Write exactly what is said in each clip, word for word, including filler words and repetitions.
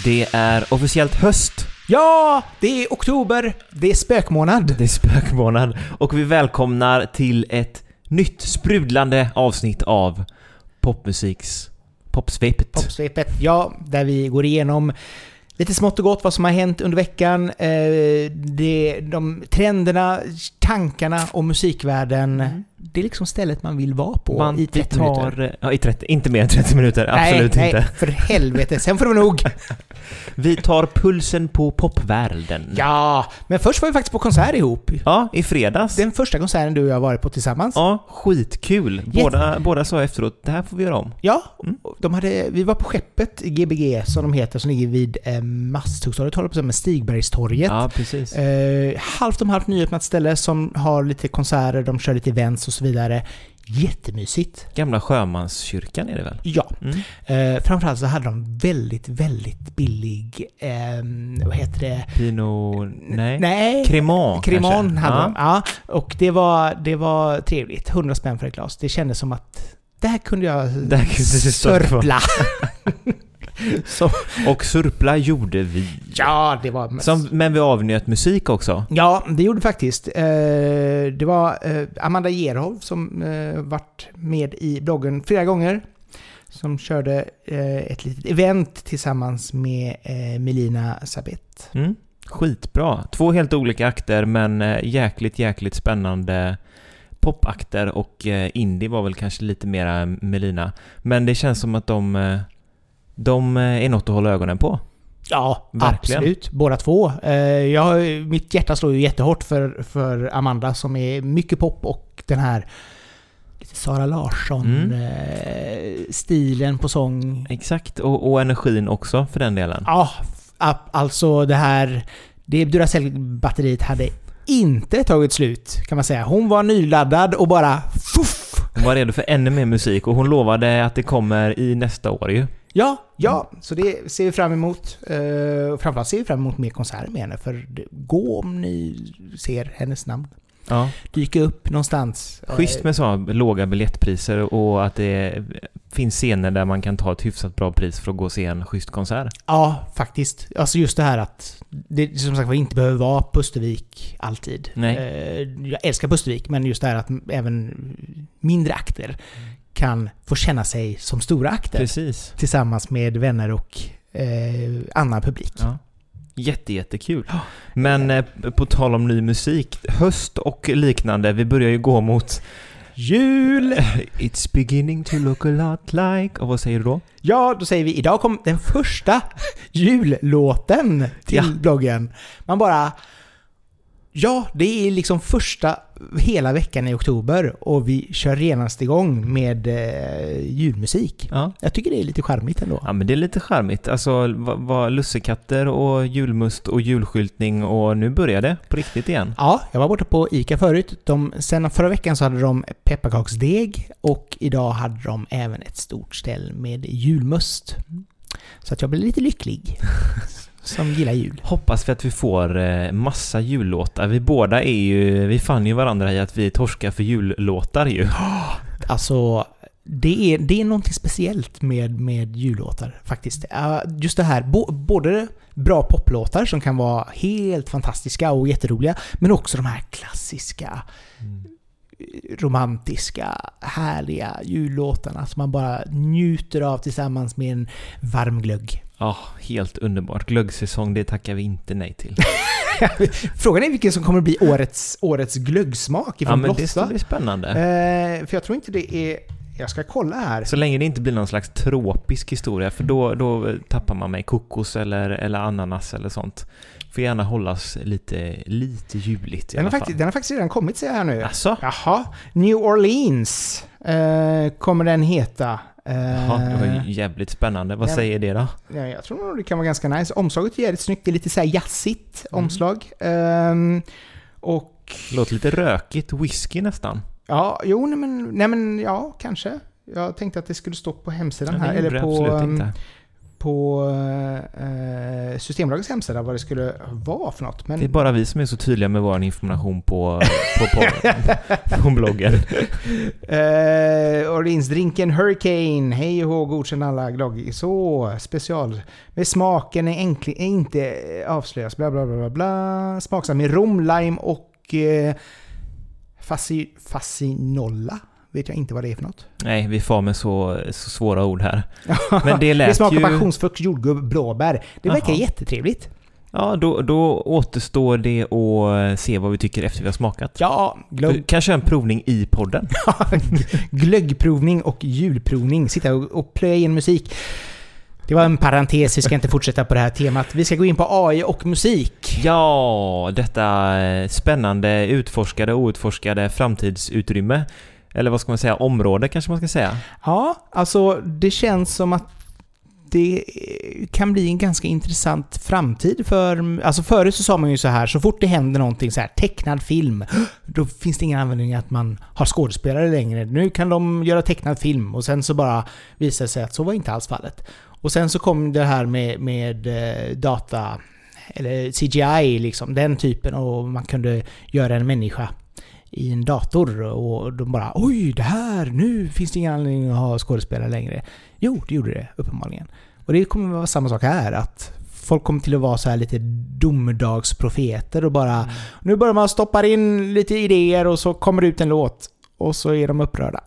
Det är officiellt höst. Ja, det är oktober. Det är spökmånad. Det är spökmånad. Och vi välkomnar till ett nytt sprudlande avsnitt av Popmusiks Popsvepet. Popsvepet, ja, där vi går igenom lite smått och gott vad som har hänt under veckan. Eh, det, de trenderna, tankarna och musikvärlden. Mm. Det är liksom stället man vill vara på man, i trettio tar, minuter. Ja, i trettio, inte mer än trettio minuter, absolut nej, inte. Nej, för helvete. Sen får det nog. Vi tar pulsen på popvärlden. Ja, men först var vi faktiskt på konsert ihop. Ja, i fredags. Den första konserten du och jag har varit på tillsammans. Ja, skitkul. Båda, Jätte... båda sa efteråt, det här får vi göra om. Ja, mm. de hade, vi var på Skeppet, G B G som de heter, som ligger vid eh, Masthuggstorget, håller på med Stigbergstorget. Ja, precis. Eh, halvt om halvt nyöppnat ställe som har lite konserter, de kör lite events och så vidare. Jättemysigt. Gamla Sjömanskyrkan är det väl? Ja. Mm. Eh, framförallt så hade de väldigt, väldigt billig eh, vad heter det? Pino... Nej. Nej. Cremant. Cremant hade ja. de. Ja. Och det var, det var trevligt. hundra spänn för ett glas. Det kändes som att det här kunde jag det här kunde sörpla. Så. Och surpla gjorde vi. Ja, det var... Som, men vi avnjöt musik också. Ja, det gjorde faktiskt. Eh, det var eh, Amanda Gerholm som eh, varit med i bloggen flera gånger. Som körde eh, ett litet event tillsammans med eh, Melina Sabet. Mm. Skitbra. Två helt olika akter, men eh, jäkligt, jäkligt spännande popakter. Och eh, indie var väl kanske lite mera Melina. Men det känns som att de... Eh, De är något att hålla ögonen på. Ja, verkligen. Absolut. Båda två. Jag, mitt hjärta slår ju jättehårt för, för Amanda som är mycket pop och den här lite Sara Larsson-stilen mm. på sång. Exakt, och, och energin också för den delen. Ja, alltså det här det Duracell-batteriet hade inte tagit slut kan man säga. Hon var nyladdad och bara fuff! Hon var redo för ännu mer musik och hon lovade att det kommer i nästa år ju. Ja, ja, så det ser vi fram emot. Uh, framförallt ser vi fram emot mer konserter med henne. För gå om ni ser hennes namn. Ja. Dyka upp någonstans. Schysst med så låga biljettpriser och att det finns scener där man kan ta ett hyfsat bra pris för att gå och se en schysst konsert. Ja, faktiskt. Alltså just det här att det som sagt inte behöver vara Pustervik alltid. Nej. Uh, jag älskar Pustervik, men just det här att även mindre akter kan få känna sig som stora akter. Precis. Tillsammans med vänner och eh, annan publik. Ja. Jätte, jättekul. Men eh, på tal om ny musik, höst och liknande, vi börjar ju gå mot jul. It's beginning to look a lot like. Och vad säger du då? Ja, då säger vi, idag kom den första jullåten till ja. bloggen. Man bara... Ja, det är liksom första hela veckan i oktober och vi kör renast igång med eh, julmusik. Ja. Jag tycker det är lite charmigt ändå. Ja, men det är lite charmigt. Alltså, vad va, lussekatter och julmust och julskyltning och nu börjar det på riktigt igen. Ja, jag var borta på Ica förut. De, sen förra veckan så hade de pepparkaksdeg och idag hade de även ett stort ställ med julmust. Så att jag blev lite lycklig. Som gillar jul. Hoppas för att vi får eh, massa jullåtar. Vi båda är ju, vi fann ju varandra i att vi torskar för jullåtar ju. Alltså, det är, det är någonting speciellt med, med jullåtar faktiskt. Uh, just det här, bo, både bra poplåtar som kan vara helt fantastiska och jätteroliga, men också de här klassiska mm. romantiska, härliga jullåtarna som man bara njuter av tillsammans med en varm glögg. Ja, oh, helt underbart. Glöggsäsong, det tackar vi inte nej till. Frågan är vilken som kommer att bli årets, årets glöggsmak ifrån Ja, men Blossa. Det ska bli spännande. Eh, för jag tror inte det är... Jag ska kolla här. Så länge det inte blir någon slags tropisk historia, för då, då tappar man mig kokos eller, eller ananas eller sånt. Får gärna hållas lite, lite juligt i den, alla har fall. faktiskt, den har faktiskt redan kommit, säger jag här nu. Asså? Jaha. New Orleans eh, kommer den heta. Jaha, det var jävligt spännande. Vad ja, säger det då? Ja, jag tror nog det kan vara ganska nice. Omslaget är jävligt snyggt. Det är lite så här jazzigt omslag. Mm. Um, och... Låter lite rökigt. Whisky nästan. Ja, jo, nej men, nej men ja, kanske. Jag tänkte att det skulle stå på hemsidan ja, här. Eller på... Um, på uh, Systembolagets hemsida vad det skulle vara för något. Men... Det är bara vi som är så tydliga med vår information på, på, på, på bloggen. Uh, Orleans-drinken Hurricane. Hej och hå, godkänd alla glad. Så, special. Med smaken är, enkl- är inte avslöjas. Bla, bla, bla, bla, bla. Smaksam med rom, lime och uh, fasci- fascinolla. Vet jag inte vad det är för något. Nej, vi får med så, så svåra ord här. Men det lät det smakar ju... passionsfrukt, jordgubb, blåbär. Det verkar Aha. jättetrevligt. Ja, då, då återstår det att se vad vi tycker efter vi har smakat. Ja, glögg. Kanske en provning i podden. Glöggprovning och julprovning. Sitta och, och plöja in musik. Det var en parentes, vi ska inte fortsätta på det här temat. Vi ska gå in på A I och musik. Ja, detta spännande, utforskade och outforskade framtidsutrymme. Eller vad ska man säga? Område kanske man ska säga. Ja, alltså det känns som att det kan bli en ganska intressant framtid för... Alltså förut så sa man ju så här, så fort det händer någonting så här, tecknad film, då finns det ingen användning att man har skådespelare längre. Nu kan de göra tecknad film och sen så bara visar det sig att så var inte alls fallet. Och sen så kom det här med, med data, eller C G I liksom, den typen, och man kunde göra en människa i en dator och de bara, oj, det här, nu finns det ingen anledning att ha skådespelare längre. Jo, det gjorde det uppenbarligen. Och det kommer att vara samma sak här, att folk kommer till att vara så här lite domedagsprofeter och bara, mm. nu börjar man stoppa in lite idéer och så kommer det ut en låt och så är de upprörda.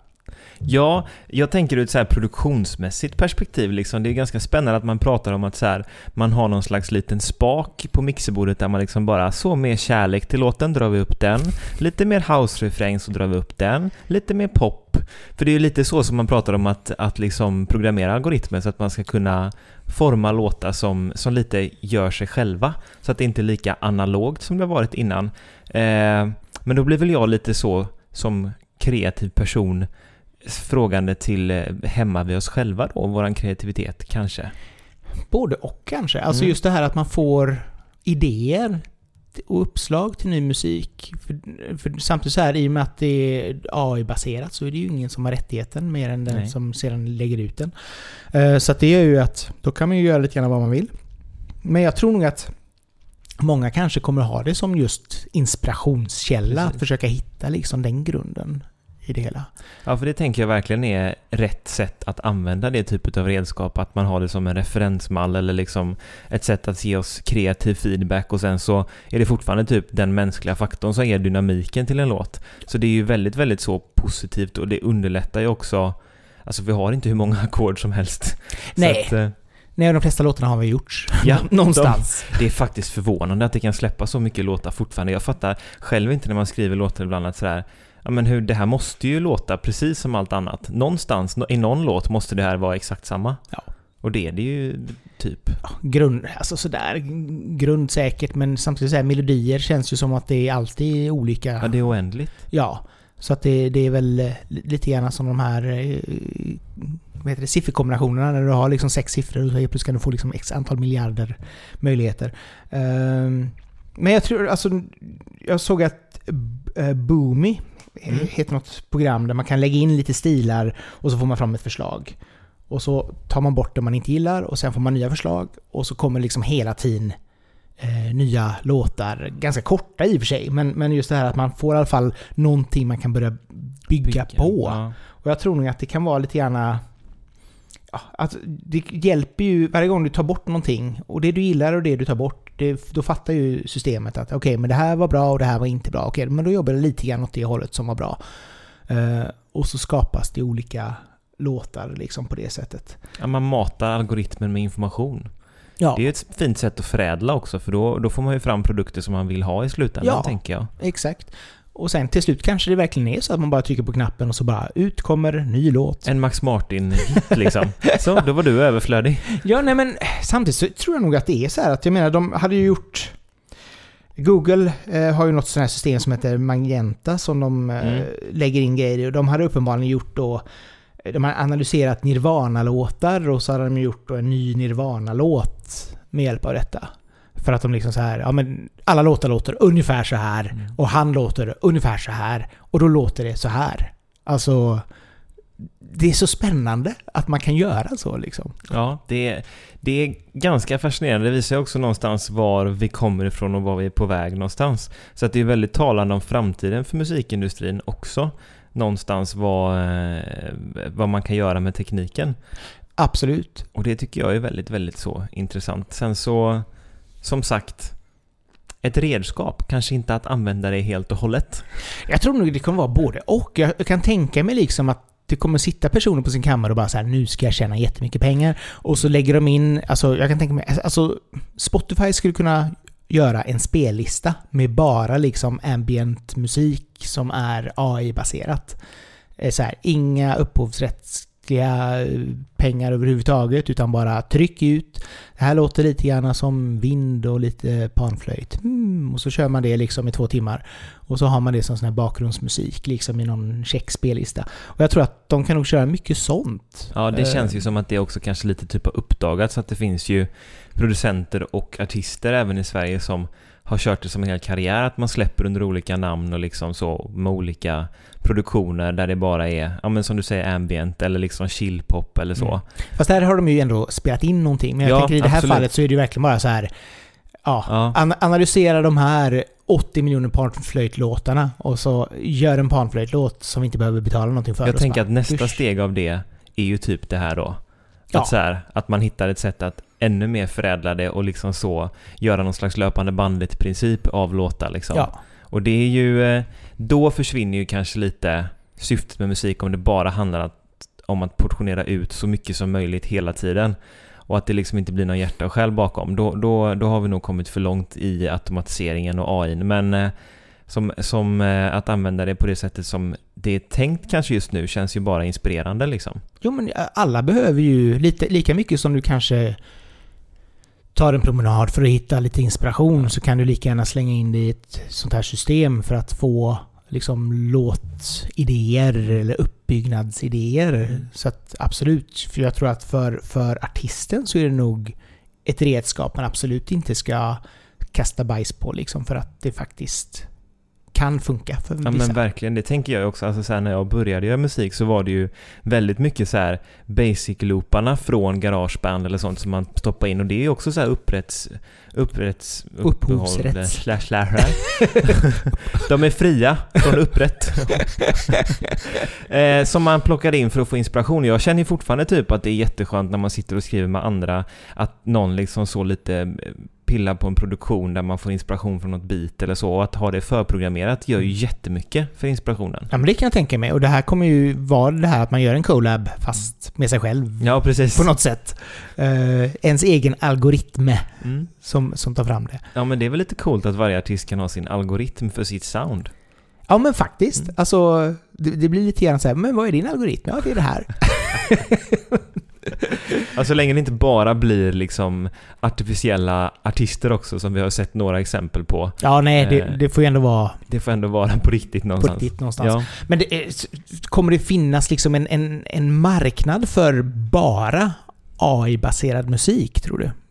Ja, jag tänker ur ett så här produktionsmässigt perspektiv liksom. Det är ganska spännande att man pratar om att så här, man har någon slags liten spak på mixerbordet där man liksom bara, så mer kärlek till låten drar vi upp den, lite mer house-refräng så drar vi upp den, lite mer pop. För det är ju lite så som man pratar om att, att liksom programmera algoritmer så att man ska kunna forma låtar som, som lite gör sig själva, så att det inte är lika analogt som det har varit innan. Eh, men då blir väl jag lite så som kreativ person frågande till hemma vid oss själva då, våran kreativitet kanske. Både och kanske. Alltså mm. just det här att man får idéer och uppslag till ny musik. För, för samtidigt så här, i och med att det är A I-baserat så är det ju ingen som har rättigheten mer än den Nej. som sedan lägger ut den. Uh, så att det är ju att då kan man ju göra lite grann vad man vill. Men jag tror nog att många kanske kommer ha det som just inspirationskälla. Precis. Att försöka hitta liksom den grunden i det hela. Ja, för det tänker jag verkligen är rätt sätt att använda det typet av redskap, att man har det som en referensmall eller liksom ett sätt att ge oss kreativ feedback, och sen så är det fortfarande typ den mänskliga faktorn som ger dynamiken till en låt. Så det är ju väldigt, väldigt så positivt, och det underlättar ju också, alltså vi har inte hur många ackord som helst. Nej. Så att, Nej, de flesta låtarna har vi gjort. Ja, någonstans. De, det är faktiskt förvånande att det kan släppa så mycket låtar fortfarande. Jag fattar själv inte när man skriver låtar ibland att sådär, ja men hur, det här måste ju låta precis som allt annat. Någonstans, i någon låt måste det här vara exakt samma. Ja. Och det är det ju typ. Ja, grund, alltså sådär, grundsäkert, men samtidigt så här, melodier känns ju som att det är alltid olika. Ja, det är oändligt. Ja, så att det, det är väl lite grann som de här vad heter det, sifferkombinationerna när du har liksom sex siffror och så plus kan du få liksom x antal miljarder möjligheter. Um, men jag tror, alltså jag såg att uh, Boomy mm. heter något program där man kan lägga in lite stilar och så får man fram ett förslag. Och så tar man bort det man inte gillar och sen får man nya förslag och så kommer liksom hela tiden eh, nya låtar. Ganska korta i och för sig, men, men just det här att man får i alla fall någonting man kan börja bygga, bygga på. Ja. Och jag tror nog att det kan vara lite gärna... Ja, att det hjälper ju varje gång du tar bort någonting och det du gillar och det du tar bort, det, då fattar ju systemet att okej, okay, men det här var bra och det här var inte bra. Okej, okay, men då jobbar det lite grann åt det hållet som var bra. Uh, och så skapas det olika låtar liksom på det sättet. Ja, man matar algoritmen med information. Ja. Det är ett fint sätt att förädla också, för då, då får man ju fram produkter som man vill ha i slutändan, ja, tänker jag. Exakt. Och sen till slut kanske det verkligen är så att man bara trycker på knappen och så bara ut kommer ny låt. En Max Martin-hit liksom. Så, då var du överflödig. Ja, nej men samtidigt så tror jag nog att det är så här att jag menar, de hade ju gjort... Google eh, har ju något sånt här system som heter Magenta som de eh, mm. lägger in grejer i, och de hade uppenbarligen gjort då, de har analyserat Nirvana-låtar och så har de gjort då en ny Nirvana-låt med hjälp av detta. För att de liksom så här, ja men alla låtar låter ungefär så här mm. och han låter ungefär så här och då låter det så här. Alltså det är så spännande att man kan göra så liksom. Ja, det är, det är ganska fascinerande. Det visar också någonstans var vi kommer ifrån och var vi är på väg någonstans. Så att det är väldigt talande om framtiden för musikindustrin också. Någonstans vad, vad man kan göra med tekniken. Absolut. Och det tycker jag är väldigt, väldigt så intressant. Sen så, som sagt, ett redskap, kanske inte att använda det helt och hållet. Jag tror nog det kommer vara både och. Jag kan tänka mig liksom att det kommer sitta personer på sin kammare och bara så här, nu ska jag tjäna jättemycket pengar. Och så lägger de in, alltså jag kan tänka mig, alltså Spotify skulle kunna göra en spellista med bara liksom ambient musik som är A I-baserat. Så här, inga upphovsrättsliga pengar överhuvudtaget, utan bara tryck ut. Det här låter lite grann som vind och lite panflöjt. Mm, och så kör man det liksom i två timmar. Och så har man det som sån här bakgrundsmusik liksom i någon check spellista. Och jag tror att de kan nog köra mycket sånt. Ja, det känns ju som att det också kanske lite typ har uppdagats, så att det finns ju producenter och artister även i Sverige som har kört det som en hel karriär, att man släpper under olika namn och liksom så med olika produktioner där det bara är, ja men som du säger, ambient eller liksom chillpop eller så. Mm. Fast där har de ju ändå spelat in någonting, men jag ja, tänker i det här absolut. fallet så är det ju verkligen bara så här, ja, ja. An- analysera de här åttio miljoner panflöjtlåtarna och så gör en panflöjtlåt som vi inte behöver betala någonting för. Jag tänker bara, att nästa usch. steg av det är ju typ det här då. Att, ja. så här, att man hittar ett sätt att ännu mer förädla det och liksom så göra någon slags löpande bandet princip av låtar liksom. Ja. Och det är ju, då försvinner ju kanske lite syftet med musik om det bara handlar att, om att portionera ut så mycket som möjligt hela tiden. Och att det liksom inte blir någon hjärta och själ bakom. Då, då, då har vi nog kommit för långt i automatiseringen och A I. Men eh, som, som eh, att använda det på det sättet som det är tänkt kanske just nu känns ju bara inspirerande liksom. Jo, men alla behöver ju lite, lika mycket som du kanske tar en promenad för att hitta lite inspiration, så kan du lika gärna slänga in det i ett sånt här system för att få liksom låtidéer eller uppbyggnadsidéer. Mm. Så att absolut, för jag tror att för, för artisten så är det nog ett redskap man absolut inte ska kasta bajs på liksom, för att det faktiskt kan funka för vissa. Ja men verkligen, det tänker jag också. Alltså så här, när jag började göra musik så var det ju väldigt mycket så här basic-looparna från GarageBand eller sånt som man stoppar in, och det är ju också så här upprätts upprätts upphovsrätt slash lärare. De är fria från upprätt. eh, som man plockar in för att få inspiration. Jag känner ju fortfarande typ att det är jätteskönt när man sitter och skriver med andra, att någon liksom så lite pilla på en produktion där man får inspiration från något beat eller så, och att ha det förprogrammerat gör ju jättemycket för inspirationen. Ja men det kan jag tänka mig, och det här kommer ju vara det här att man gör en collab fast med sig själv. Ja precis. På något sätt. Uh, ens egen algoritm mm. som, som tar fram det. Ja men det är väl lite coolt att varje artist kan ha sin algoritm för sitt sound. Ja men faktiskt, mm. alltså det, det blir lite grann så här, men vad är din algoritm? Ja det är det här. Alltså så länge det inte bara blir liksom artificiella artister också, som vi har sett några exempel på. Ja nej, det, det får ju ändå vara det får ändå vara på riktigt någonstans. På riktigt någonstans. Ja. Men det är, kommer det finnas liksom en, en, en marknad för bara A I-baserad musik, tror du?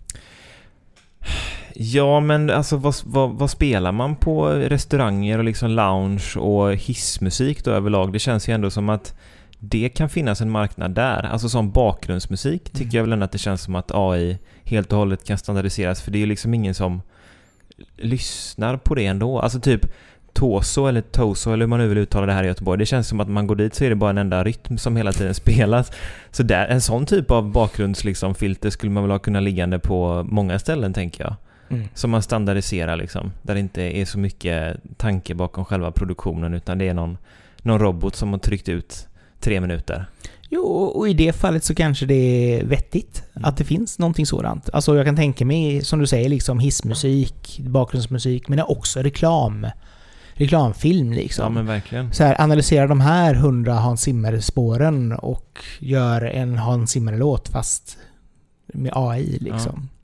Ja, men alltså vad, vad, vad spelar man på restauranger och liksom lounge och hissmusik då överlag? Det känns ju ändå som att det kan finnas en marknad där. Alltså som bakgrundsmusik tycker mm. jag väl ändå att det känns som att A I helt och hållet kan standardiseras, för det är ju liksom ingen som lyssnar på det ändå. Alltså typ Toso eller Toso eller hur man nu vill uttala det här i Göteborg. Det känns som att man går dit så är det bara en enda rytm som hela tiden spelas. Så där, en sån typ av bakgrunds liksom, filter skulle man väl ha kunnat liggande på många ställen, tänker jag. Mm. Som man standardiserar liksom. Där det inte är så mycket tanke bakom själva produktionen, utan det är någon, någon robot som har tryckt ut tre minuter. Jo, och i det fallet så kanske det är vettigt mm. att det finns någonting sådant. Alltså jag kan tänka mig, som du säger, liksom hissmusik, bakgrundsmusik, men också reklam. Reklamfilm liksom. Ja men verkligen. Så här, analysera de här hundra Hans Zimmer-spåren och gör en Hans Zimmer-låt fast med A I liksom. Ja.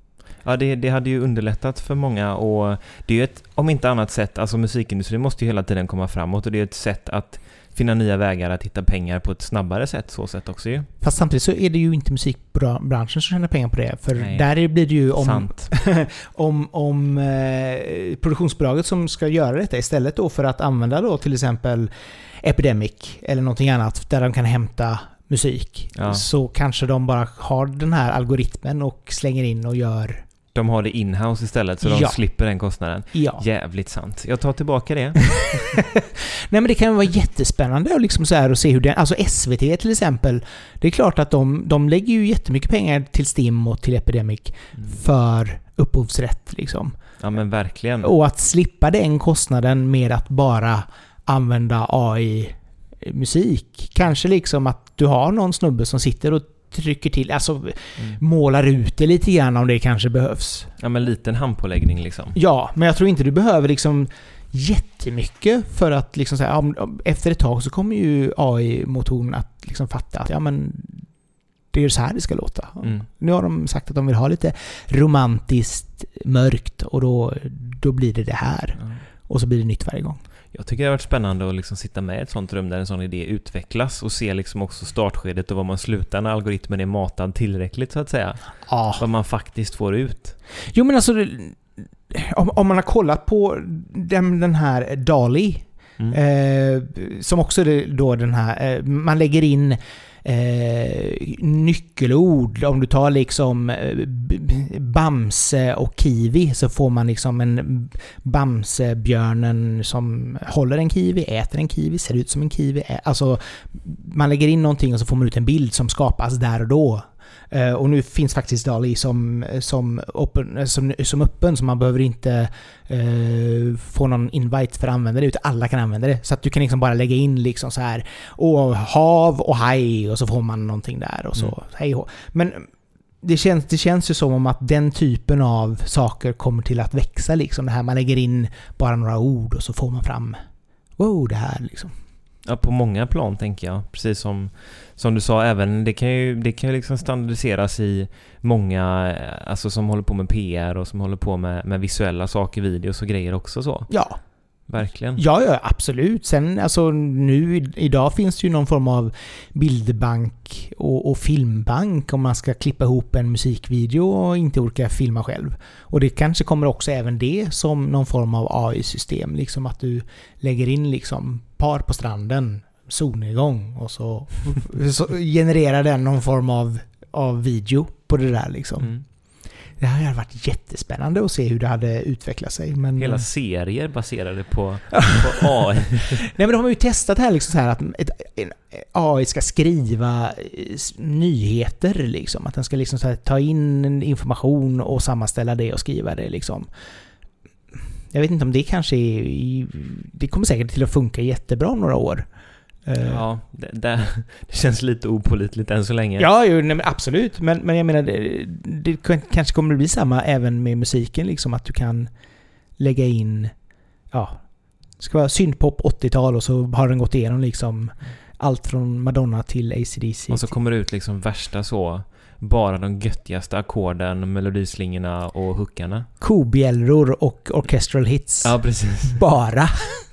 Ja, det, det hade ju underlättat för många och det är ju ett, om inte annat sätt, alltså musikindustrin måste ju hela tiden komma framåt och det är ett sätt att finna nya vägar att hitta pengar på ett snabbare sätt, så sätt också ju. Fast samtidigt så är det ju inte musikbranschen som tjänar pengar på det, för Nej. där blir det ju om, om, om eh, produktionsbolaget som ska göra detta istället då för att använda då till exempel Epidemic eller någonting annat där de kan hämta musik, ja. Så kanske de bara har den här algoritmen och slänger in och gör... De har det in-house istället så de ja. slipper den kostnaden. Ja. Jävligt sant. Jag tar tillbaka det. Nej, men det kan vara jättespännande att liksom så här och se hur det... Alltså S V T till exempel, det är klart att de, de lägger ju jättemycket pengar till Stim och till Epidemic mm. för upphovsrätt liksom. Ja, men verkligen. Och att slippa den kostnaden med att bara använda A I-musik. Kanske liksom att du har någon snubbe som sitter och trycker till, alltså mm. målar ut det lite grann om det kanske behövs. Ja, men liten handpåläggning liksom. Ja, men jag tror inte du behöver liksom jättemycket för att liksom säga, efter ett tag så kommer ju A I-motorn att liksom fatta att ja, men det är så här det ska låta. Mm. Nu har de sagt att de vill ha lite romantiskt mörkt och då, då blir det det här. Mm. Och så blir det nytt varje gång. Jag tycker det har varit spännande att liksom sitta med i ett sånt rum där en sån idé utvecklas och se liksom också startskedet och vad man slutar när algoritmen är matad tillräckligt så att säga. Ah. Vad man faktiskt får ut. Jo, men alltså om, om man har kollat på den, den här DALL-E mm. eh, som också är då den här eh, man lägger in Eh, nyckelord. Om du tar liksom Bamse och kiwi så får man liksom en Bamsebjörnen som håller en kiwi, äter en kiwi, ser ut som en kiwi. Alltså man lägger in någonting och så får man ut en bild som skapas där och då. Uh, och nu finns faktiskt DALL-E som, som, open, som, som öppen, så man behöver inte uh, få någon invite för att använda det, utan alla kan använda det. Så att du kan liksom bara lägga in liksom så här och hav och haj och så får man någonting där och så mm. hej och. Men det känns, det känns ju som om att den typen av saker kommer till att växa liksom. Det här man lägger in bara några ord och så får man fram wow, det här liksom. Ja, på många plan tänker jag. Precis som, som du sa, även det kan ju, det kan ju liksom standardiseras i många, alltså som håller på med P R och som håller på med, med visuella saker, videos och grejer också så. Ja. Verkligen. Ja, ja, absolut. Sen, alltså nu, idag finns det ju någon form av bildbank och, och filmbank om man ska klippa ihop en musikvideo och inte orka filma själv. Och det kanske kommer också även det som någon form av A I-system. Liksom att du lägger in liksom par på stranden, solnedgång och så, så genererar den någon form av, av video på det där liksom. Mm. Det här hade varit jättespännande att se hur det hade utvecklat sig. Men... Hela serier baserade på, på A I. Nej, men de har ju testat här liksom så här att ett, en A I ska skriva nyheter liksom. Att den ska liksom så här ta in information och sammanställa det och skriva det liksom. Jag vet inte om det kanske är... Det kommer säkert till att funka jättebra om några år. Ja, det, det, det känns lite opålitligt än så länge. Ja, ju, nej, absolut. Men, men jag menar, det, det kanske kommer att bli samma även med musiken. Liksom, att du kan lägga in... Ja, det ska vara syntpop åttiotal och så har den gått igenom liksom allt från Madonna till A C D C. Och så kommer det ut liksom värsta så... Bara de göttigaste ackorden, melodislingorna och hookarna. Kobjällror och orchestral hits. Ja, precis. Bara.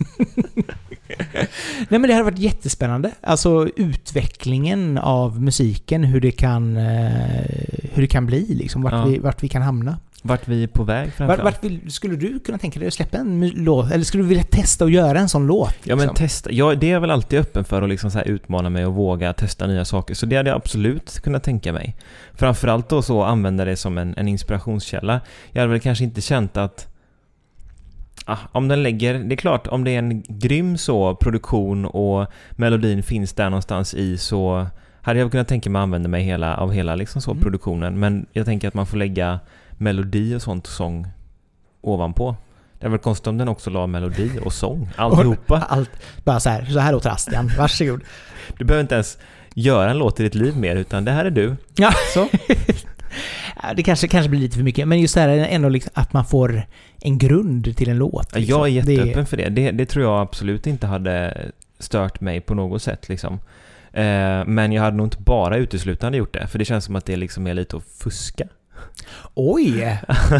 Nej, men det har varit jättespännande. Alltså utvecklingen av musiken, hur det kan hur det kan bli liksom, vart, ja. vi, vart vi kan hamna. Vart vi är på väg framförallt. Vart, vart vill, skulle du kunna tänka dig att släppa en låt? Eller skulle du vilja testa att göra en sån låt? Liksom? Ja, men testa. Ja, det är väl alltid öppen för att liksom så här utmana mig och våga testa nya saker. Så det hade jag absolut kunnat tänka mig. Framförallt då så använda det som en, en inspirationskälla. Jag hade väl kanske inte känt att ah, om den lägger, det är klart, om det är en grym så produktion och melodin finns där någonstans i, så hade jag kunnat tänka mig att använda mig hela, av hela liksom så mm. produktionen. Men jag tänker att man får lägga melodi och sånt sång ovanpå. Det är väl konstigt om den också la melodi och sång. Alltihopa. Allt, bara så här, så här låter Astian. Varsågod. Du behöver inte ens göra en låt i ditt liv mer, utan det här är du. Ja. Så. Det kanske, kanske blir lite för mycket. Men just det här är ändå liksom att man får en grund till en låt. Liksom. Jag är jätteöppen det... för det. det. Det tror jag absolut inte hade stört mig på något sätt. Liksom. Eh, men jag hade nog inte bara uteslutande gjort det. För det känns som att det liksom är lite att fuska. Oj!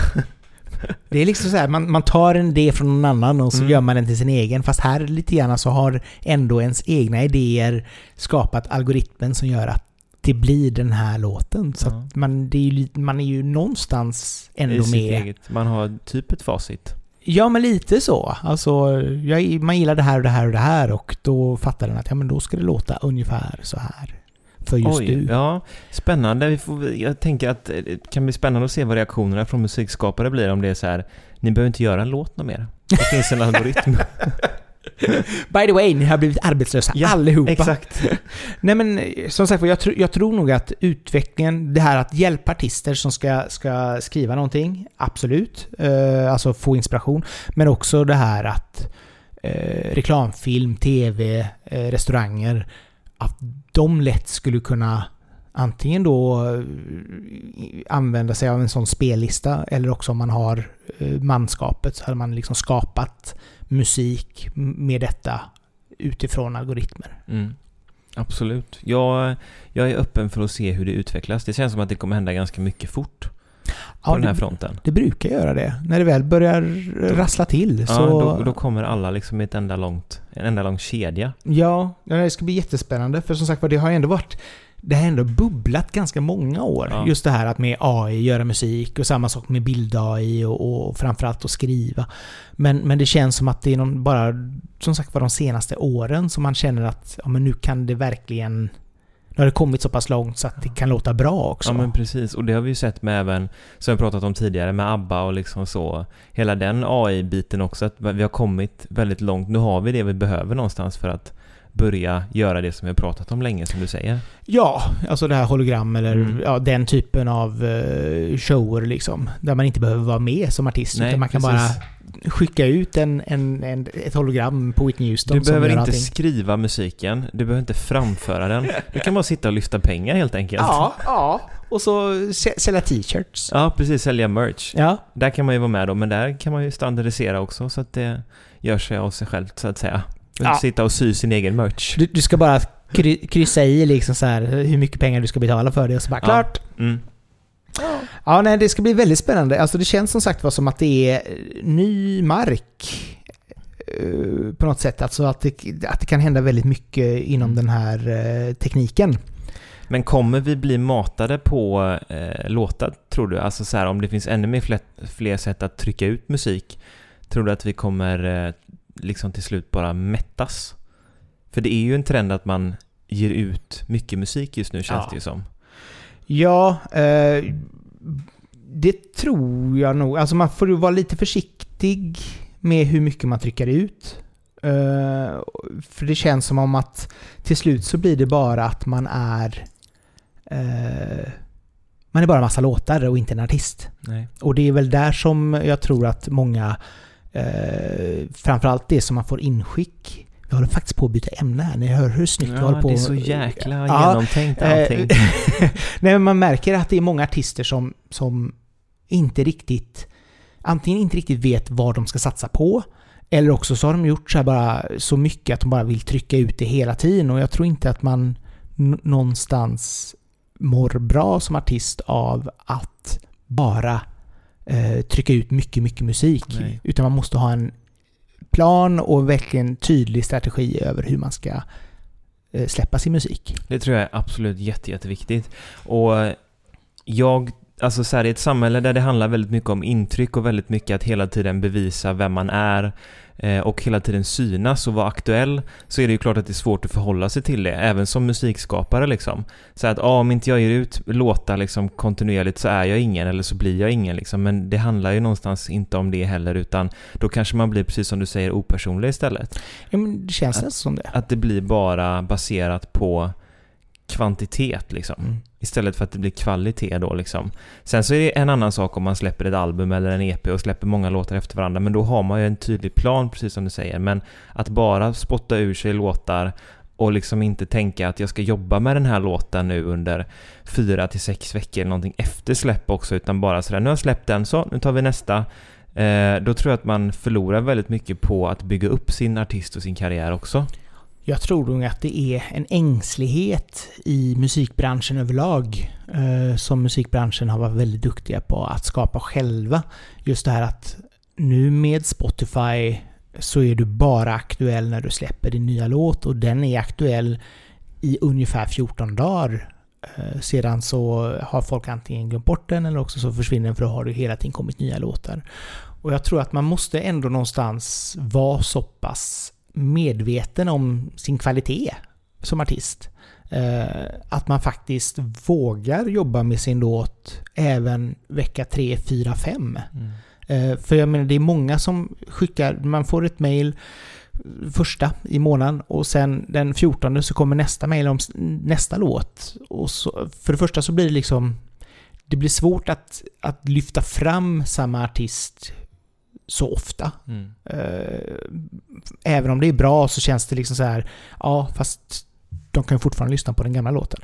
Det är liksom så här, man, man tar en idé från någon annan och så mm. gör man den till sin egen. Fast här lite grann så har ändå ens egna idéer skapat algoritmen som gör att det blir den här låten. Så ja. att man, det är ju, man är ju någonstans ändå med. Eget, man har typ ett facit. Ja, men lite så. Alltså, jag, man gillar det här och det här och det här och då fattar den att ja, men då ska det låta ungefär så här. För just Oj, du. Ja, spännande. Vi får, jag tänker att det kan bli spännande att se vad reaktionerna från musikskapare blir om det är så här, ni behöver inte göra en låt något mer. Det finns en algoritm. By the way, ni har blivit arbetslösa ja, allihopa. Exakt. Nej men som sagt, jag, tr- jag tror nog att utvecklingen, det här att hjälpa artister som ska, ska skriva någonting, absolut. Uh, alltså få inspiration. Men också det här att uh, reklamfilm, tv, uh, restauranger, att de lätt skulle kunna antingen då använda sig av en sån spellista eller också om man har manskapet så har man liksom skapat musik med detta utifrån algoritmer. Mm. Absolut. Jag, jag är öppen för att se hur det utvecklas. Det känns som att det kommer hända ganska mycket fort på ja, den här det, fronten. Det brukar göra det. När det väl börjar rassla till. Ja, så... då, då kommer alla liksom i ett enda långt, en enda lång kedja. Ja, det ska bli jättespännande. För som sagt det har ändå varit det har ändå bubblat ganska många år. Ja. Just det här att med A I göra musik och samma sak med bild-A I och, och framförallt att skriva. Men, men det känns som att det är någon, bara som sagt var de senaste åren som man känner att ja, men nu kan det verkligen nu har det kommit så pass långt så att det kan låta bra också. Ja men precis, och det har vi ju sett med även som jag pratat om tidigare med ABBA och liksom så hela den A I-biten också att vi har kommit väldigt långt. Nu har vi det vi behöver någonstans för att börja göra det som vi har pratat om länge som du säger. Ja, alltså det här hologram eller mm. ja, den typen av uh, shower liksom, där man inte behöver vara med som artist. Nej, utan man kan precis. bara skicka ut en, en, en, ett hologram på Whitney Houston. Du behöver inte allting. skriva musiken, du behöver inte framföra den. Du kan bara sitta och lyfta pengar helt enkelt. Ja, ja. Och så sälja t-shirts. Ja, precis, sälja merch. Ja. Där kan man ju vara med då, men där kan man ju standardisera också så att det gör sig av sig självt så att säga. Ja. Sitta och sy sin egen merch. Du, du ska bara kry, kryssa i liksom så här, hur mycket pengar du ska betala för det och så bara, ja. klart. Mm. Ja, nej, det ska bli väldigt spännande. Alltså det känns som sagt var som att det är ny mark uh, på något sätt. Alltså att det, att det kan hända väldigt mycket inom mm. den här uh, tekniken. Men kommer vi bli matade på uh, låtar, tror du? Alltså så här, om det finns ännu mer fler, fler sätt att trycka ut musik, tror du att vi kommer uh, liksom till slut bara mättas? För det är ju en trend att man ger ut mycket musik just nu, känns ja. det ju som. Ja, eh, det tror jag nog. Alltså man får ju vara lite försiktig med hur mycket man trycker ut. Eh, för det känns som om att till slut så blir det bara att man är eh, man är bara en massa låtar och inte en artist. Nej. Och det är väl där som jag tror att många eh, framförallt det som man får inskick. Jag håller faktiskt på att byta ämne här. Ni hör hur snyggt ja, jag håller på. Det är så jäkla ja, genomtänkt allting. Nej, men man märker att det är många artister som, som inte riktigt antingen inte riktigt vet vad de ska satsa på eller också så har de gjort så här bara så mycket att de bara vill trycka ut det hela tiden och jag tror inte att man n- någonstans mår bra som artist av att bara eh, trycka ut mycket, mycket musik. Nej. Utan man måste ha en plan och verkligen tydlig strategi över hur man ska eh, släppa sin musik. Det tror jag är absolut jätte, jätteviktigt. Och jag, alltså så här, i ett samhälle där det handlar väldigt mycket om intryck och väldigt mycket att hela tiden bevisa vem man är eh, och hela tiden synas och vara aktuell, så är det ju klart att det är svårt att förhålla sig till det, även som musikskapare liksom. Så att ah, om inte jag ger ut låtar liksom kontinuerligt så är jag ingen eller så blir jag ingen liksom. Men det handlar ju någonstans inte om det heller, utan då kanske man blir, precis som du säger, opersonlig istället. Ja, men det känns att, som det. Att det blir bara baserat på kvantitet liksom. Mm. Istället för att det blir kvalitet då liksom. Sen så är det en annan sak om man släpper ett album eller en E P och släpper många låtar efter varandra, men då har man ju en tydlig plan, precis som du säger. Men att bara spotta ur sig låtar och liksom inte tänka att jag ska jobba med den här låten nu under fyra till sex veckor eller någonting efter släpp också, utan bara sådär, nu har jag släppt den, så nu tar vi nästa. Eh, då tror jag att man förlorar väldigt mycket på att bygga upp sin artist och sin karriär också. Jag tror nog att det är en ängslighet i musikbranschen överlag eh, som musikbranschen har varit väldigt duktiga på att skapa själva. Just det här att nu med Spotify så är du bara aktuell när du släpper din nya låt och den är aktuell i ungefär fjorton dagar. Eh, sedan så har folk antingen glömt bort den eller också så försvinner den för då har det hela tiden kommit nya låtar. Och jag tror att man måste ändå någonstans vara så pass medveten om sin kvalitet som artist. Eh, att man faktiskt vågar jobba med sin låt även vecka tre, fyra, fem. Mm. Eh, för jag menar det är många som skickar, man får ett mejl första i månaden och sen den fjortonde så kommer nästa mejl om nästa låt. Och så, för det första så blir det liksom det blir svårt att, att lyfta fram samma artist så ofta. Mm. Även om det är bra så känns det liksom så här, ja fast de kan ju fortfarande lyssna på den gamla låten.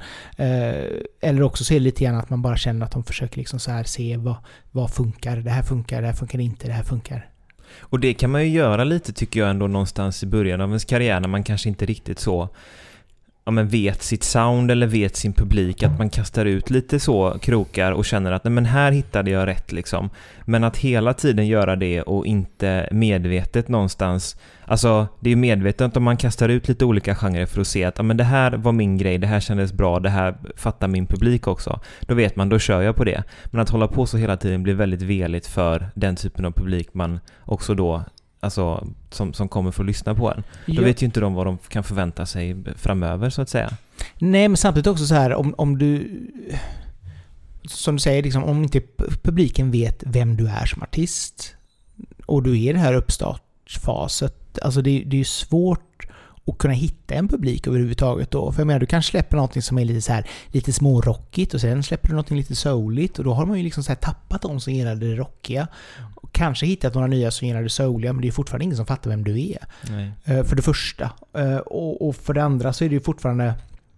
Eller också så är det lite grann att man bara känner att de försöker liksom så här se vad, vad funkar, det här funkar, det här funkar inte, det här funkar. Och det kan man ju göra lite tycker jag ändå någonstans i början av ens karriär när man kanske inte riktigt så ja, men vet sitt sound eller vet sin publik, att man kastar ut lite så krokar och känner att nej, men här hittade jag rätt liksom. Men att hela tiden göra det och inte medvetet någonstans, alltså det är medvetet om man kastar ut lite olika genrer för att se att ja, men det här var min grej, det här kändes bra, det här fattar min publik också. Då vet man, då kör jag på det. Men att hålla på så hela tiden blir väldigt veligt för den typen av publik man också då alltså som, som kommer för att lyssna på en. Då ja. vet ju inte de vad de kan förvänta sig framöver så att säga. Nej, men samtidigt också så här om, om du som du säger liksom, om inte publiken vet vem du är som artist och du är i det här uppstartsfaset, alltså det, det är ju svårt att kunna hitta en publik överhuvudtaget då. För jag menar, du kan släppa någonting som är lite så här lite smårockigt och sen släpper du någonting lite souligt och då har man ju liksom så här tappat de som gillar det rockiga och kanske hittat några nya som gillar det souliga, men det är fortfarande ingen som fattar vem du är. Nej. För det första. Och, och för det andra så är det ju fortfarande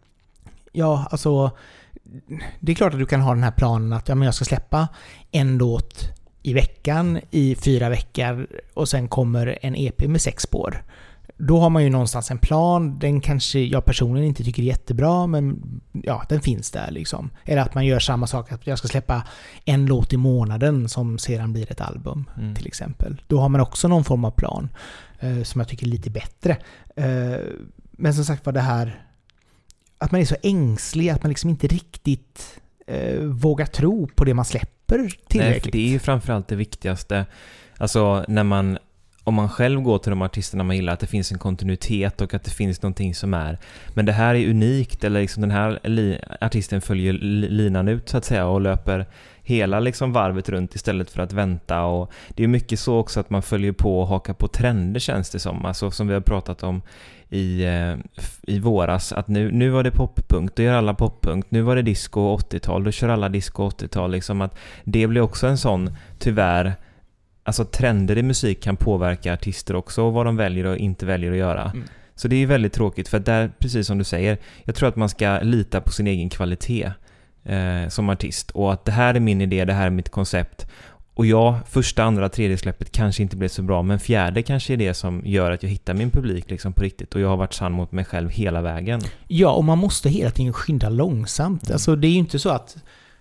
ja, alltså det är klart att du kan ha den här planen att ja, men jag ska släppa en låt i veckan i fyra veckor och sen kommer en E P med sex spår. Då har man ju någonstans en plan. Den kanske jag personligen inte tycker är jättebra, men ja, den finns där liksom. Eller att man gör samma sak, att jag ska släppa en låt i månaden som sedan blir ett album mm. till exempel. Då har man också någon form av plan eh, som jag tycker är lite bättre. Eh, men som sagt var det här att man är så ängslig att man liksom inte riktigt eh, vågar tro på det man släpper tillräckligt. Nej, för det är ju framförallt det viktigaste. Alltså när man om man själv går till de artisterna man gillar, att det finns en kontinuitet och att det finns någonting som är, men det här är unikt, eller liksom den här li- artisten följer li- linan ut så att säga och löper hela liksom varvet runt istället för att vänta, och det är mycket så också att man följer på och hakar på trender känns det som, alltså som vi har pratat om i, eh, i våras, att nu, nu var det poppunk, då gör alla poppunk, nu var det disco åttiotal, då kör alla disco åttiotal, liksom att det blir också en sån, tyvärr. Alltså trender i musik kan påverka artister också och vad de väljer och inte väljer att göra. Mm. Så det är väldigt tråkigt för att där, precis som du säger, jag tror att man ska lita på sin egen kvalitet eh, som artist. Och att det här är min idé, det här är mitt koncept. Och ja, första, andra, tredje släppet kanske inte blev så bra, men fjärde kanske är det som gör att jag hittar min publik liksom på riktigt. Och jag har varit sann mot mig själv hela vägen. Ja, och man måste hela tiden skynda långsamt. Mm. Alltså det är ju inte så att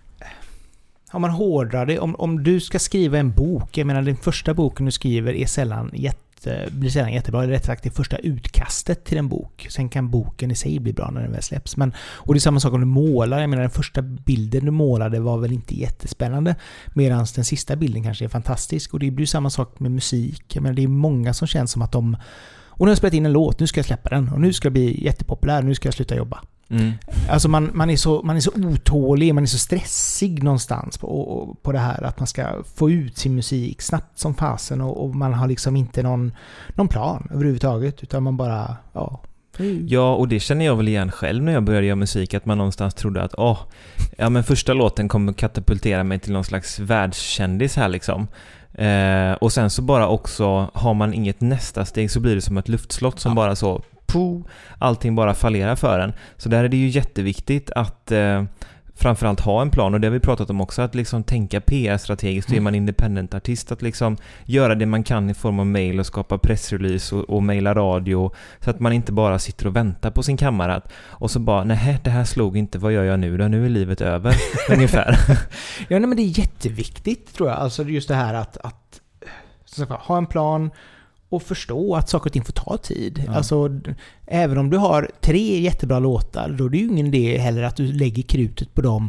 om man hårdrar det, om, om du ska skriva en bok, jag menar den första boken du skriver är sällan jätte, blir sällan jättebra, det är rätt sagt det första utkastet till en bok. Sen kan boken i sig bli bra när den väl släpps. Men, och det är samma sak om du målar, jag menar den första bilden du målade var väl inte jättespännande, medan den sista bilden kanske är fantastisk. Och det blir samma sak med musik, jag menar det är många som känns som att de, och nu har jag spelat in en låt, nu ska jag släppa den och nu ska jag bli jättepopulär, nu ska jag sluta jobba. Mm. Alltså man, man, är så, man är så otålig, man är så stressig någonstans på, på det här att man ska få ut sin musik snabbt som fasen, och, och man har liksom inte någon, någon plan överhuvudtaget, utan man bara ja. Ja, och det känner jag väl igen själv när jag började göra musik, att man någonstans trodde att åh, ja men första låten kommer katapultera mig till någon slags världskändis här liksom. Eh, och sen så bara också har man inget nästa steg, så blir det som ett luftslott som ja. bara så allting bara fallerar för en. Så där är det ju jätteviktigt att eh, framförallt ha en plan, och det har vi pratat om också, att liksom tänka P R-strategiskt. Mm. Är man independent-artist, att liksom göra det man kan i form av mail och skapa pressrelease och, och mejla radio, så att man inte bara sitter och väntar på sin kamera och så bara, nej, det här slog inte, vad gör jag nu då? Nu är livet över, ungefär. Ja, nej, men det är jätteviktigt, tror jag. Alltså just det här att, att så, ha en plan och förstå att saker och ting får ta tid. Ja. Alltså, även om du har tre jättebra låtar, då är det ju ingen idé heller att du lägger krutet på dem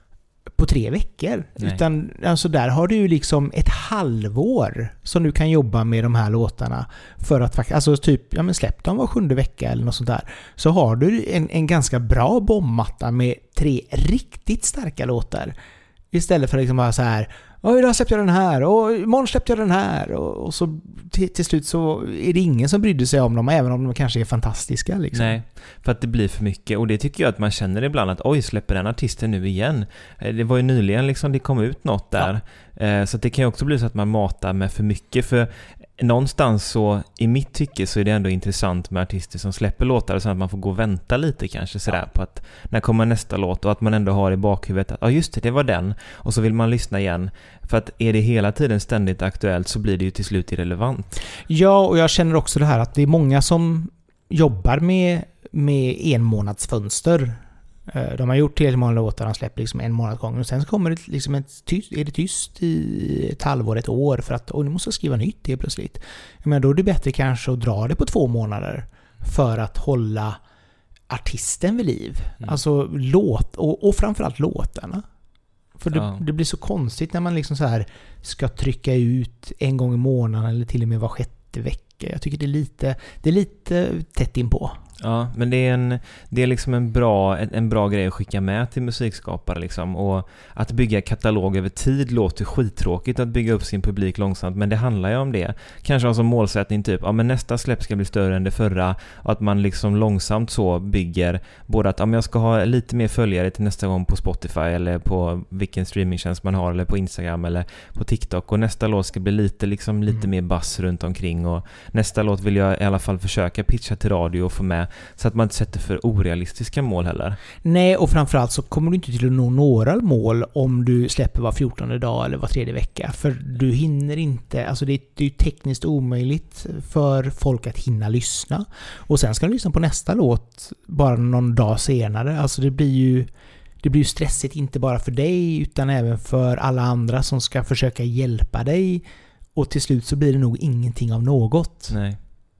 på tre veckor. Nej. Utan alltså, där har du ju liksom ett halvår som du kan jobba med de här låtarna för att faktiskt, alltså typ, ja men släpp dem var sjunde vecka eller något sånt där. Så har du en, en ganska bra bombmatta med tre riktigt starka låtar. Istället för att liksom bara så här, och idag släppte jag den här och imorgon släppte jag den här och, och så till, till slut så är det ingen som brydde sig om dem, även om de kanske är fantastiska liksom. Nej, för att det blir för mycket, och det tycker jag att man känner ibland att oj, släpper den artisten nu igen? Det var ju nyligen liksom det kom ut något där. Ja. Så att det kan ju också bli så att man matar med för mycket, för någonstans så i mitt tycke så är det ändå intressant med artister som släpper låtar, så att man får gå och vänta lite kanske sådär på att när kommer nästa låt, och att man ändå har i bakhuvudet att ja just det, det var den, och så vill man lyssna igen, för att är det hela tiden ständigt aktuellt så blir det ju till slut irrelevant. Ja, och jag känner också det här att det är många som jobbar med, med en månadsfönster. De har gjort tillräckligt många låtar, de släpper liksom en månad gång, och sen så kommer det liksom ett tyst, är det tyst i ett halvår, ett år, för att oh, nu måste jag skriva nytt det plötsligt. Men då är det bättre kanske att dra det på två månader för att hålla artisten vid liv. Mm. Alltså låt, och, och framförallt låtarna. För det, ja. det blir så konstigt när man liksom så här ska trycka ut en gång i månaden eller till och med var sjätte vecka. Jag tycker det är lite, det är lite tätt inpå. Ja, men det är en det är liksom en bra en bra grej att skicka med till musikskapare liksom, och att bygga katalog över tid låter skittråkigt, att bygga upp sin publik långsamt, men det handlar ju om det. Kanske ha som målsättning typ, ja men nästa släpp ska bli större än det förra, och att man liksom långsamt så bygger både att om jag ska ha lite mer följare till nästa gång på Spotify eller på vilken streamingtjänst man har, eller på Instagram eller på TikTok, och nästa låt ska bli lite liksom lite mm. mer bass runt omkring, och nästa låt vill jag i alla fall försöka pitcha till radio och få med, så att man inte sätter för orealistiska mål heller. Nej, och framförallt så kommer du inte till att nå några mål om du släpper var fjortonde dag eller var tredje vecka. För du hinner inte, alltså det är, det är ju tekniskt omöjligt för folk att hinna lyssna. Och sen ska du lyssna på nästa låt bara någon dag senare. Alltså det blir ju det blir ju stressigt inte bara för dig utan även för alla andra som ska försöka hjälpa dig. Och till slut så blir det nog ingenting av något. Nej.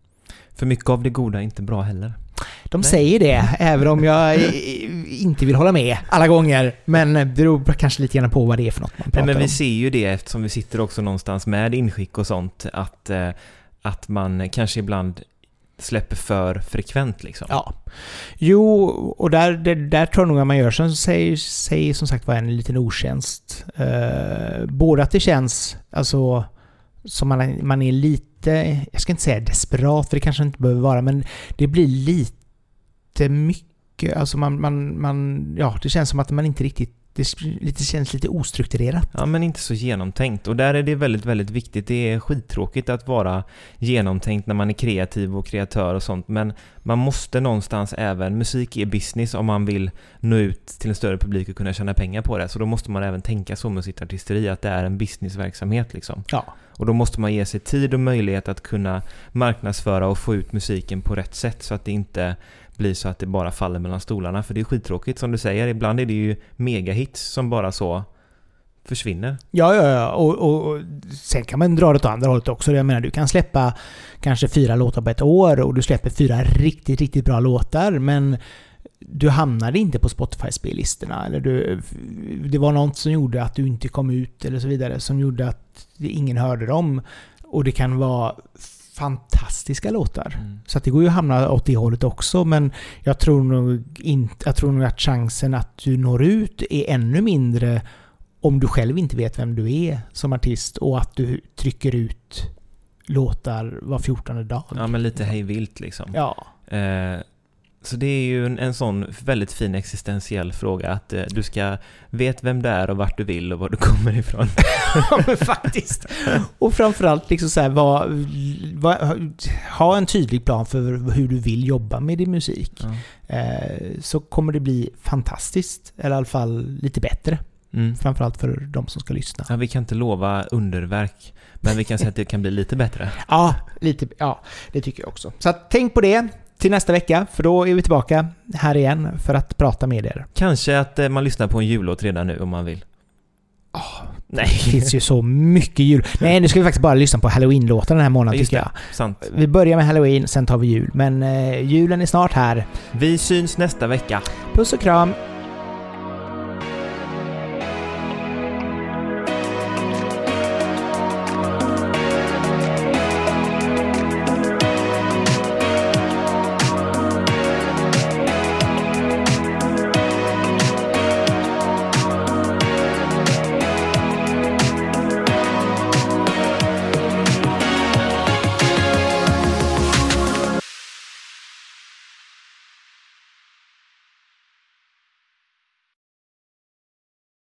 För mycket av det goda är inte bra heller. De Nej. säger det, även om jag inte vill hålla med alla gånger. Men det beror kanske lite grann på vad det är för något man pratar om. Nej, men vi ser ju det, eftersom vi sitter också någonstans med inskick och sånt, att, att man kanske ibland släpper för frekvent liksom. Ja. Jo, och där, där, där tror jag nog att man gör som säger, säger som sagt var en liten otjänst. Uh, både att det känns alltså som man, man är lite, jag ska inte säga desperat, för det kanske inte behöver vara, men det blir lite mycket, alltså man, man, man ja, det känns som att man inte riktigt, det lite, känns lite ostrukturerat. Ja, men inte så genomtänkt. Och där är det väldigt, väldigt viktigt. Det är skittråkigt att vara genomtänkt när man är kreativ och kreatör och sånt. Men man måste någonstans även, musik är business om man vill nå ut till en större publik och kunna tjäna pengar på det. Så då måste man även tänka så med sitt artisteri, att det är en businessverksamhet liksom. Ja. Och då måste man ge sig tid och möjlighet att kunna marknadsföra och få ut musiken på rätt sätt, så att det inte blir så att det bara faller mellan stolarna. För det är skittråkigt som du säger. Ibland är det ju megahits som bara så försvinner. Ja, ja, ja. Och, och, och sen kan man dra det åt andra hållet också. Jag menar, du kan släppa kanske fyra låtar på ett år och du släpper fyra riktigt, riktigt bra låtar, men du hamnade inte på Spotify-spellistorna, eller du, det var något som gjorde att du inte kom ut eller så vidare, som gjorde att ingen hörde dem. Och det kan vara fantastiska låtar. Mm. Så att det går ju att hamna åt det hållet också, men jag tror nog inte, jag tror nog att chansen att du når ut är ännu mindre om du själv inte vet vem du är som artist, och att du trycker ut låtar var fjortonde dag. Ja, men lite hej vilt liksom. Ja. Eh, Så det är ju en, en sån väldigt fin existentiell fråga att eh, du ska vet vem du är och vart du vill och var du kommer ifrån. Ja, men faktiskt. Och framförallt liksom så här, vad, vad, ha en tydlig plan för hur du vill jobba med din musik. Ja. Eh, så kommer det bli fantastiskt, eller i alla fall lite bättre. Mm. Framförallt för de som ska lyssna. Ja, vi kan inte lova underverk, men vi kan säga att det kan bli lite bättre. Ja, lite, ja, det tycker jag också. Så att, tänk på det till nästa vecka, för då är vi tillbaka här igen för att prata med er. Kanske att eh, man lyssnar på en jullåt redan nu om man vill. Oh, nej. Det finns ju så mycket jul. Nej, nu ska vi faktiskt bara lyssna på Halloween-låten den här månaden, ja, tycker jag. Sant. Vi börjar med Halloween, sen tar vi jul. Men eh, julen är snart här. Vi syns nästa vecka. Puss och kram.